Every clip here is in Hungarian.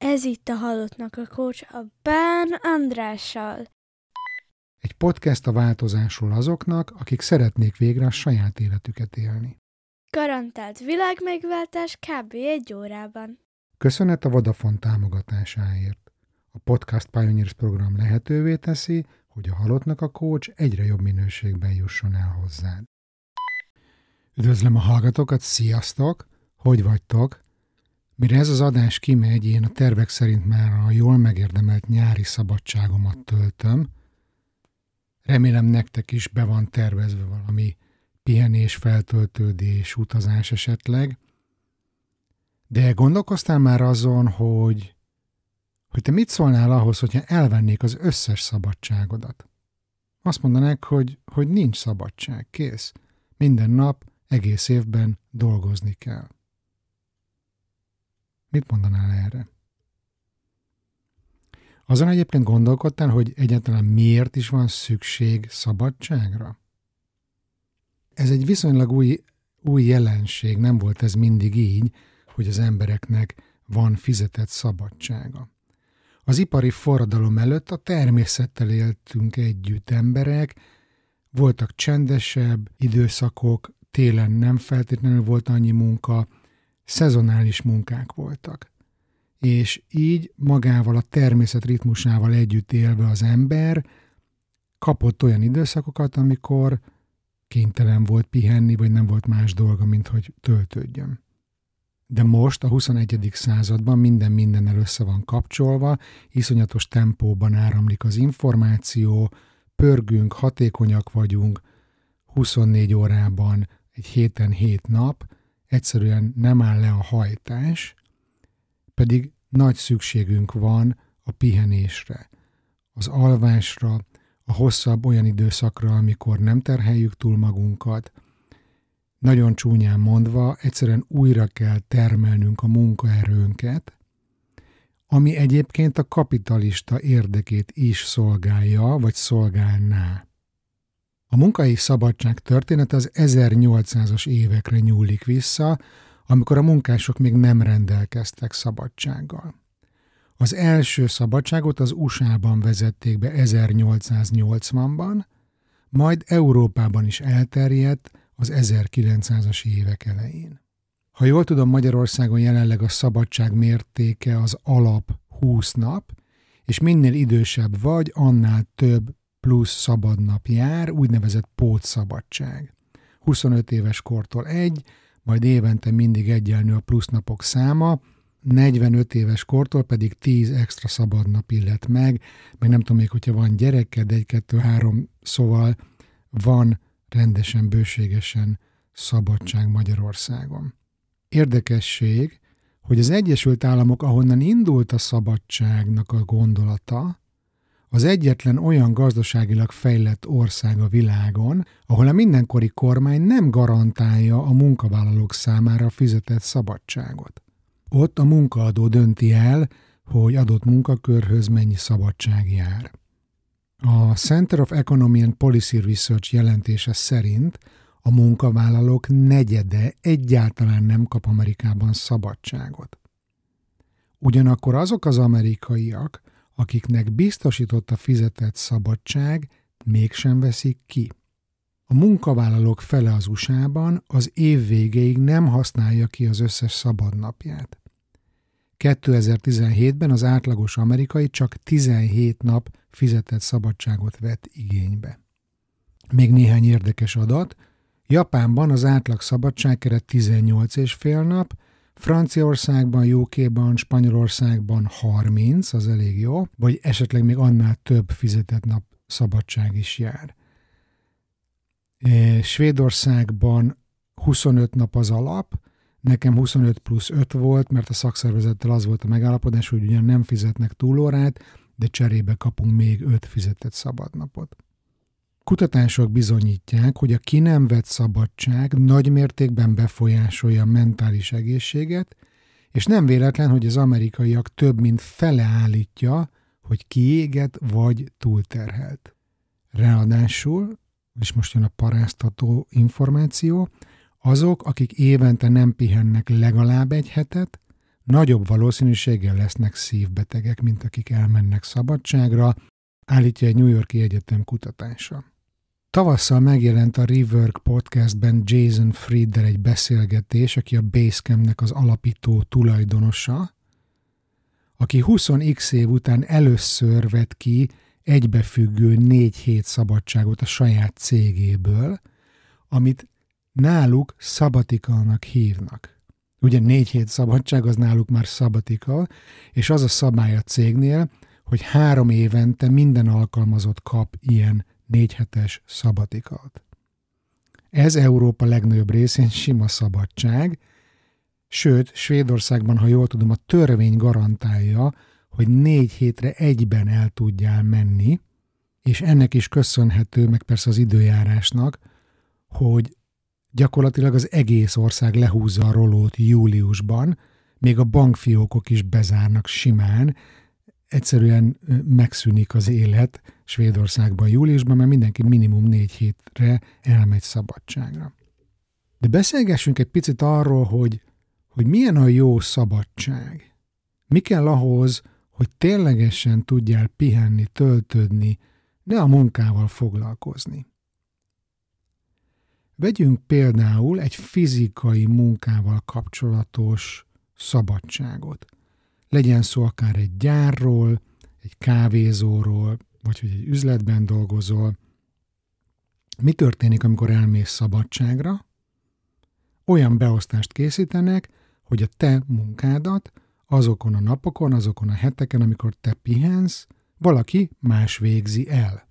Ez itt a Halottnak a Coach a Bán Andrással. Egy podcast a változásról azoknak, akik szeretnék végre a saját életüket élni. Garantált világmegváltás kb. 1 órában. Köszönet a Vodafone támogatásáért. A Podcast Pioneers program lehetővé teszi, hogy a Halottnak a Coach egyre jobb minőségben jusson el hozzád. Üdvözlöm a hallgatókat, sziasztok! Hogy vagytok? Mire ez az adás kimegy, én a tervek szerint már a jól megérdemelt nyári szabadságomat töltöm. Remélem nektek is be van tervezve valami pihenés, feltöltődés, utazás esetleg. De gondolkoztál már azon, hogy te mit szólnál ahhoz, hogyha elvennék az összes szabadságodat? Azt mondanák, hogy nincs szabadság, kész. Minden nap, egész évben dolgozni kell. Mit mondanál erre? Azon egyébként gondolkodtál, hogy egyáltalán miért is van szükség szabadságra? Ez egy viszonylag új jelenség, nem volt ez mindig így, hogy az embereknek van fizetett szabadsága. Az ipari forradalom előtt a természettel éltünk együtt emberek, voltak csendesebb időszakok, télen nem feltétlenül volt annyi munka, szezonális munkák voltak. És így magával a természet ritmusával együtt élve az ember kapott olyan időszakokat, amikor kénytelen volt pihenni, vagy nem volt más dolga, mint hogy töltődjön. De most, a 21. században minden mindennel össze van kapcsolva, iszonyatos tempóban áramlik az információ, pörgünk, hatékonyak vagyunk, 24 órában, egy héten 7 nap, egyszerűen nem áll le a hajtás, pedig nagy szükségünk van a pihenésre, az alvásra, a hosszabb olyan időszakra, amikor nem terheljük túl magunkat. Nagyon csúnyán mondva, egyszerűen újra kell termelnünk a munkaerőnket, ami egyébként a kapitalista érdekét is szolgálja, vagy szolgálná. A munkai szabadság története az 1800-as évekre nyúlik vissza, amikor a munkások még nem rendelkeztek szabadsággal. Az első szabadságot az USA-ban vezették be 1880-ban, majd Európában is elterjedt az 1900-as évek elején. Ha jól tudom, Magyarországon jelenleg a szabadság mértéke az alap 20 nap, és minél idősebb vagy, annál több plusz szabadnap jár, úgynevezett pótszabadság. 25 éves kortól 1, majd évente mindig egyenlő a plusznapok száma, 45 éves kortól pedig 10 extra szabadnap illet meg nem tudom még, hogyha van gyereked, 1, 2, 3, szóval van rendesen, bőségesen szabadság Magyarországon. Érdekesség, hogy az Egyesült Államok, ahonnan indult a szabadságnak a gondolata, az egyetlen olyan gazdaságilag fejlett ország a világon, ahol a mindenkori kormány nem garantálja a munkavállalók számára fizetett szabadságot. Ott a munkaadó dönti el, hogy adott munkakörhöz mennyi szabadság jár. A Center of Economy and Policy Research jelentése szerint a munkavállalók negyede egyáltalán nem kap Amerikában szabadságot. Ugyanakkor azok az amerikaiak, akiknek biztosított a fizetett szabadság, mégsem veszik ki. A munkavállalók fele az USA-ban az év végéig nem használja ki az összes szabadnapját. 2017-ben az átlagos amerikai csak 17 nap fizetett szabadságot vett igénybe. Még néhány érdekes adat. Japánban az átlag szabadságkeret 18,5 nap, Franciaországban, UK-ban, Spanyolországban 30, az elég jó, vagy esetleg még annál több fizetett nap szabadság is jár. Svédországban 25 nap az alap, nekem 25 plusz 5 volt, mert a szakszervezettel az volt a megállapodás, hogy ugyan nem fizetnek túlórát, de cserébe kapunk még 5 fizetett szabadnapot. Kutatások bizonyítják, hogy a ki nem vett szabadság nagy mértékben befolyásolja a mentális egészséget, és nem véletlen, hogy az amerikaiak több mint fele állítja, hogy kiégett vagy túlterhelt. Ráadásul, és most jön a paráztató információ, azok, akik évente nem pihennek legalább 1 hetet, nagyobb valószínűséggel lesznek szívbetegek, mint akik elmennek szabadságra, állítja egy New York-i egyetem kutatása. Tavasszal megjelent a Rework podcastben Jason Frieddel egy beszélgetés, aki a Basecampnek az alapító tulajdonosa, aki 20x év után először vett ki egybefüggő 4 hét szabadságot a saját cégéből, amit náluk szabatikalnak hívnak. Ugye 4 hét szabadság az náluk már szabatikal, és az a szabály a cégnél, hogy 3 évente minden alkalmazott kap ilyen 4 hetes szabatikalt. Ez Európa legnagyobb részén sima szabadság, sőt, Svédországban, ha jól tudom, a törvény garantálja, hogy 4 hétre egyben el tudjál menni, és ennek is köszönhető, meg persze az időjárásnak, hogy gyakorlatilag az egész ország lehúzza a rolót júliusban, még a bankfiókok is bezárnak simán, egyszerűen megszűnik az élet Svédországban júliusban, mert mindenki minimum 4 hétre elmegy szabadságra. De beszélgessünk egy picit arról, hogy milyen a jó szabadság. Mi kell ahhoz, hogy ténylegesen tudjál pihenni, töltődni, ne a munkával foglalkozni. Vegyünk például egy fizikai munkával kapcsolatos szabadságot. Legyen szó akár egy gyárról, egy kávézóról, vagy hogy egy üzletben dolgozol. Mi történik, amikor elmész szabadságra? Olyan beosztást készítenek, hogy a te munkádat azokon a napokon, azokon a heteken, amikor te pihensz, valaki más végzi el.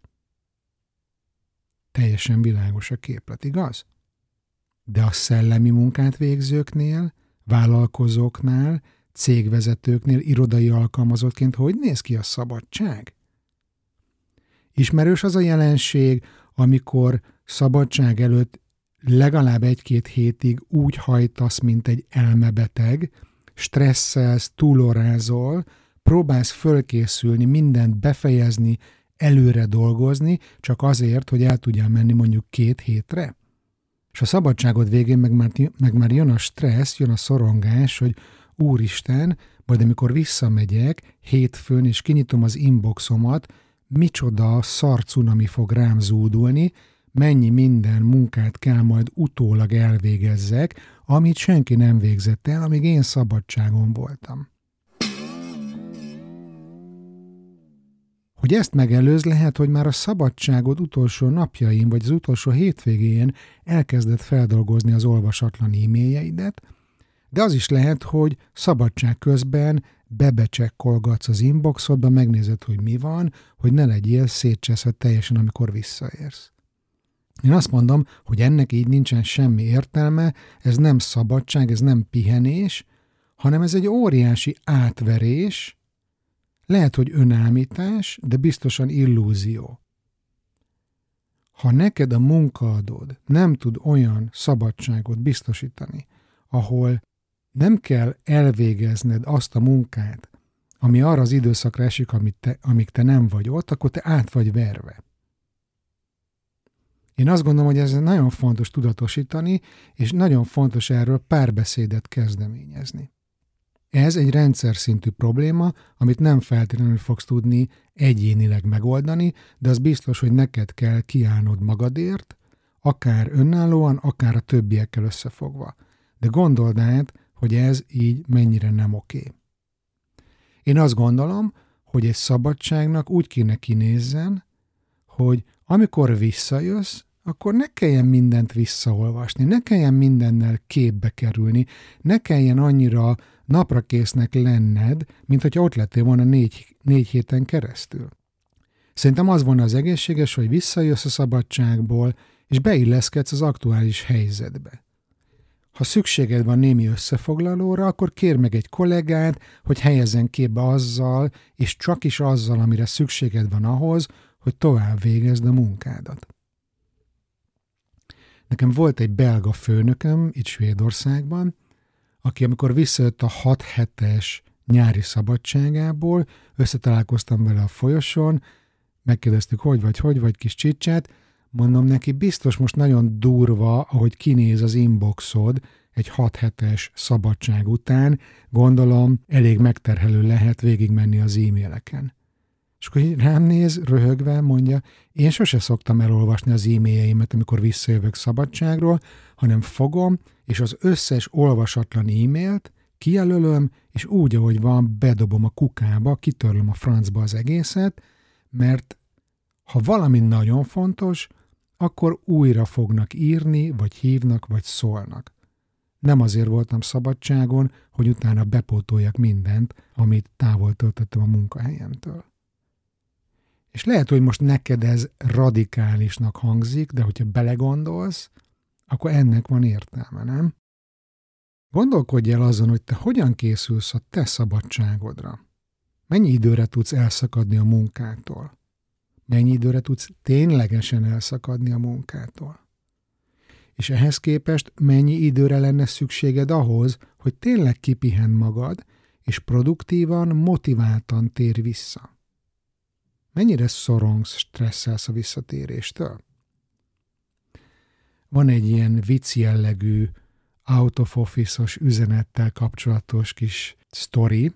Teljesen világos a képlet, igaz? De a szellemi munkát végzőknél, vállalkozóknál, cégvezetőknél, irodai alkalmazottként hogy néz ki a szabadság? Ismerős az a jelenség, amikor szabadság előtt legalább 1-2 hétig úgy hajtasz, mint egy elmebeteg, stresszelsz, túlorázol, próbálsz fölkészülni, mindent befejezni, előre dolgozni, csak azért, hogy el tudjál menni mondjuk 2 hétre. És a szabadságod végén meg már jön a stressz, jön a szorongás, hogy úristen, majd amikor visszamegyek hétfőn, és kinyitom az inboxomat, micsoda szar cunami fog rám zúdulni, mennyi minden munkát kell majd utólag elvégezzek, amit senki nem végzett el, amíg én szabadságon voltam. Hogy ezt megelőzd, lehet, hogy már a szabadságod utolsó napjain, vagy az utolsó hétvégén elkezded feldolgozni az olvasatlan e-mailjeidet, de az is lehet, hogy szabadság közben bebecsekkolgatsz az inboxodba, megnézed, hogy mi van, hogy ne legyél szétcseszve teljesen, amikor visszaérsz. Én azt mondom, hogy ennek így nincsen semmi értelme, ez nem szabadság, ez nem pihenés, hanem ez egy óriási átverés, lehet, hogy önállítás, de biztosan illúzió. Ha neked a munkaadód nem tud olyan szabadságot biztosítani, ahol nem kell elvégezned azt a munkát, ami arra az időszakra esik, amíg te nem vagy ott, akkor te át vagy verve. Én azt gondolom, hogy ez nagyon fontos tudatosítani, és nagyon fontos erről párbeszédet kezdeményezni. Ez egy rendszer szintű probléma, amit nem feltétlenül fogsz tudni egyénileg megoldani, de az biztos, hogy neked kell kiállnod magadért, akár önállóan, akár a többiekkel összefogva. De gondold át, hogy ez így mennyire nem oké. Én azt gondolom, hogy egy szabadságnak úgy kéne kinézzen, hogy amikor visszajössz, akkor ne kelljen mindent visszaolvasni, ne kelljen mindennel képbe kerülni, ne kelljen annyira naprakésznek lenned, mint hogyha ott lettél volna 4 héten keresztül. Szerintem az volna az egészséges, hogy visszajössz a szabadságból, és beilleszkedsz az aktuális helyzetbe. Ha szükséged van némi összefoglalóra, akkor kérj meg egy kollégát, hogy helyezzen képbe azzal, és csak is azzal, amire szükséged van ahhoz, hogy tovább végezd a munkádat. Nekem volt egy belga főnököm itt Svédországban, aki amikor visszajött a 6 hetes nyári szabadságából, összetalálkoztam vele a folyosón, megkérdeztük, hogy vagy kis csicsát, mondom neki, biztos most nagyon durva, ahogy kinéz az inboxod, egy 6 hetes szabadság után, gondolom elég megterhelő lehet végigmenni az e-maileken. És akkor rám néz, röhögve mondja, én sose szoktam elolvasni az e-mailjeimet, amikor visszajövök szabadságról, hanem fogom, és az összes olvasatlan e-mailt kijelölöm, és úgy, ahogy van, bedobom a kukába, kitörlöm a francba az egészet, mert ha valami nagyon fontos, akkor újra fognak írni, vagy hívnak, vagy szólnak. Nem azért voltam szabadságon, hogy utána bepótoljak mindent, amit távol töltöttem a munkahelyemtől. És lehet, hogy most neked ez radikálisnak hangzik, de hogyha belegondolsz, akkor ennek van értelme, nem? Gondolkodj el azon, hogy te hogyan készülsz a te szabadságodra. Mennyi időre tudsz elszakadni a munkától? Mennyi időre tudsz ténylegesen elszakadni a munkától? És ehhez képest mennyi időre lenne szükséged ahhoz, hogy tényleg kipihend magad, és produktívan, motiváltan tér vissza? Mennyire szorongsz, stresszelsz a visszatéréstől? Van egy ilyen vicc jellegű, out of office-os üzenettel kapcsolatos kis sztori.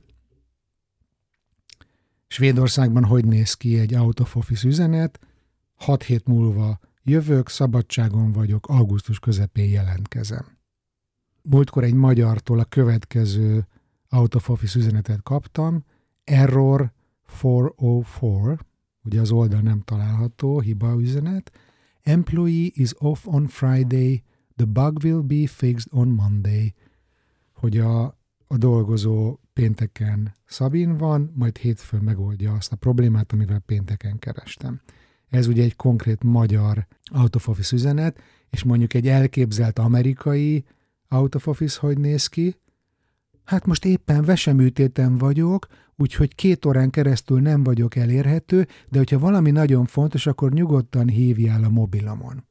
Svédországban hogy néz ki egy out of office üzenet? 6 hét múlva jövök, szabadságon vagyok, augusztus közepén jelentkezem. Múltkor egy magyartól a következő out of office üzenetet kaptam, error 404, ugye az oldal nem található, hiba üzenet, employee is off on Friday, the bug will be fixed on Monday, hogy a dolgozó pénteken szabin van, majd hétfőn megoldja azt a problémát, amivel pénteken kerestem. Ez ugye egy konkrét magyar out of office üzenet, és mondjuk egy elképzelt amerikai out of office hogy néz ki? Hát most éppen veseműtéten vagyok, úgyhogy 2 órán keresztül nem vagyok elérhető, de hogyha valami nagyon fontos, akkor nyugodtan hívjál a mobilomon.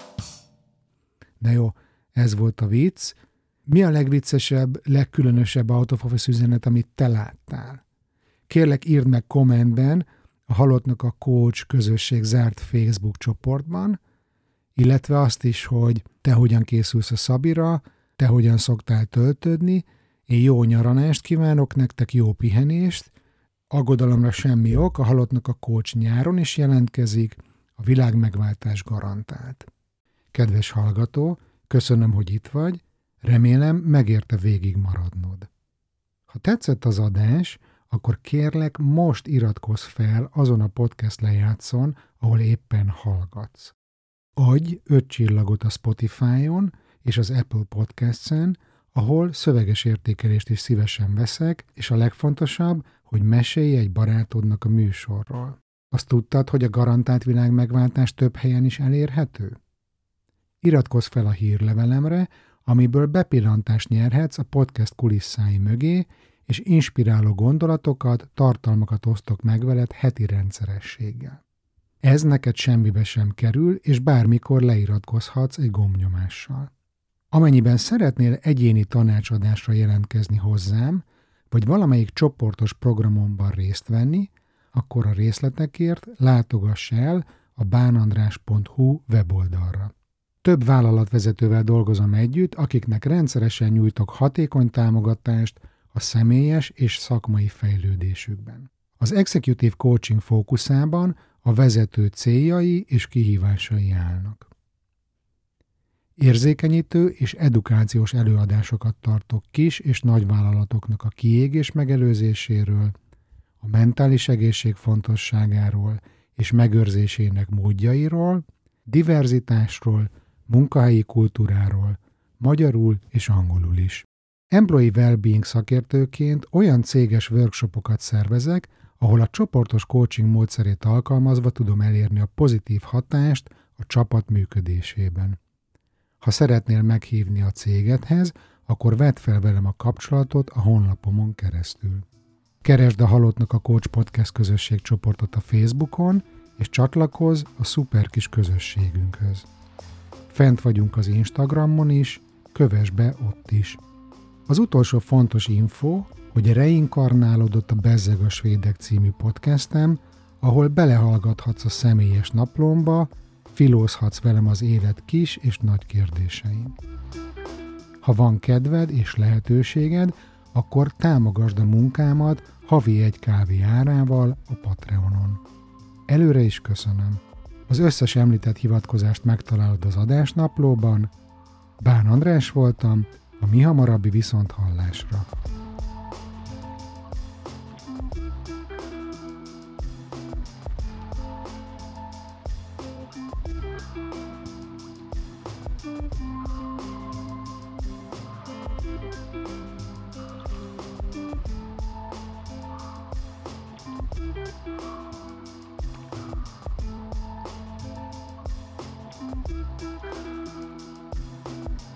De jó, ez volt a vicc. Mi a legviccesebb, legkülönösebb out of office üzenet, amit te láttál? Kérlek, írd meg kommentben a Halottnak a Coach közösség zárt Facebook csoportban, illetve azt is, hogy te hogyan készülsz a szabira, te hogyan szoktál töltődni. Én jó nyaralást kívánok nektek, jó pihenést, aggodalomra semmi ok, a Halottnak a Coach nyáron is jelentkezik, a világmegváltás garantált. Kedves hallgató, köszönöm, hogy itt vagy, remélem megérte végig maradnod. Ha tetszett az adás, akkor kérlek, most iratkozz fel azon a podcast lejátszón, ahol éppen hallgatsz. Adj 5 csillagot a Spotify-on és az Apple Podcasts-en, ahol szöveges értékelést is szívesen veszek, és a legfontosabb, hogy mesélj egy barátodnak a műsorról. Azt tudtad, hogy a garantált világmegváltás több helyen is elérhető? Iratkozz fel a hírlevelemre, amiből bepillantást nyerhetsz a podcast kulisszái mögé, és inspiráló gondolatokat, tartalmakat osztok meg veled heti rendszerességgel. Ez neked semmibe sem kerül, és bármikor leiratkozhatsz egy gombnyomással. Amennyiben szeretnél egyéni tanácsadásra jelentkezni hozzám, vagy valamelyik csoportos programomban részt venni, akkor a részletekért látogass el a bánandrás.hu weboldalra. Több vállalatvezetővel dolgozom együtt, akiknek rendszeresen nyújtok hatékony támogatást a személyes és szakmai fejlődésükben. Az Executive Coaching fókuszában a vezető céljai és kihívásai állnak. Érzékenyítő és edukációs előadásokat tartok kis és nagyvállalatoknak a kiégés megelőzéséről, a mentális egészség fontosságáról és megőrzésének módjairól, diverzitásról, munkahelyi kultúráról, magyarul és angolul is. Employee Wellbeing szakértőként olyan céges workshopokat szervezek, ahol a csoportos coaching módszerét alkalmazva tudom elérni a pozitív hatást a csapat működésében. Ha szeretnél meghívni a cégedhez, akkor vedd fel velem a kapcsolatot a honlapomon keresztül. Keresd a Halottnak a Coach Podcast közösség csoportot a Facebookon, és csatlakozz a szuper kis közösségünkhöz. Fent vagyunk az Instagramon is, kövess be ott is. Az utolsó fontos info, hogy reinkarnálódott a Bezzeg a Svédek című podcastem, ahol belehallgathatsz a személyes naplomba, filózhatsz velem az élet kis és nagy kérdésein. Ha van kedved és lehetőséged, akkor támogasd a munkámat havi 1 kávé árával a Patreonon. Előre is köszönöm. Az összes említett hivatkozást megtalálod az adásnaplóban. Bán András voltam, a mihamarabbi viszonthallásra.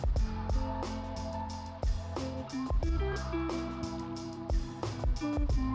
Thank you.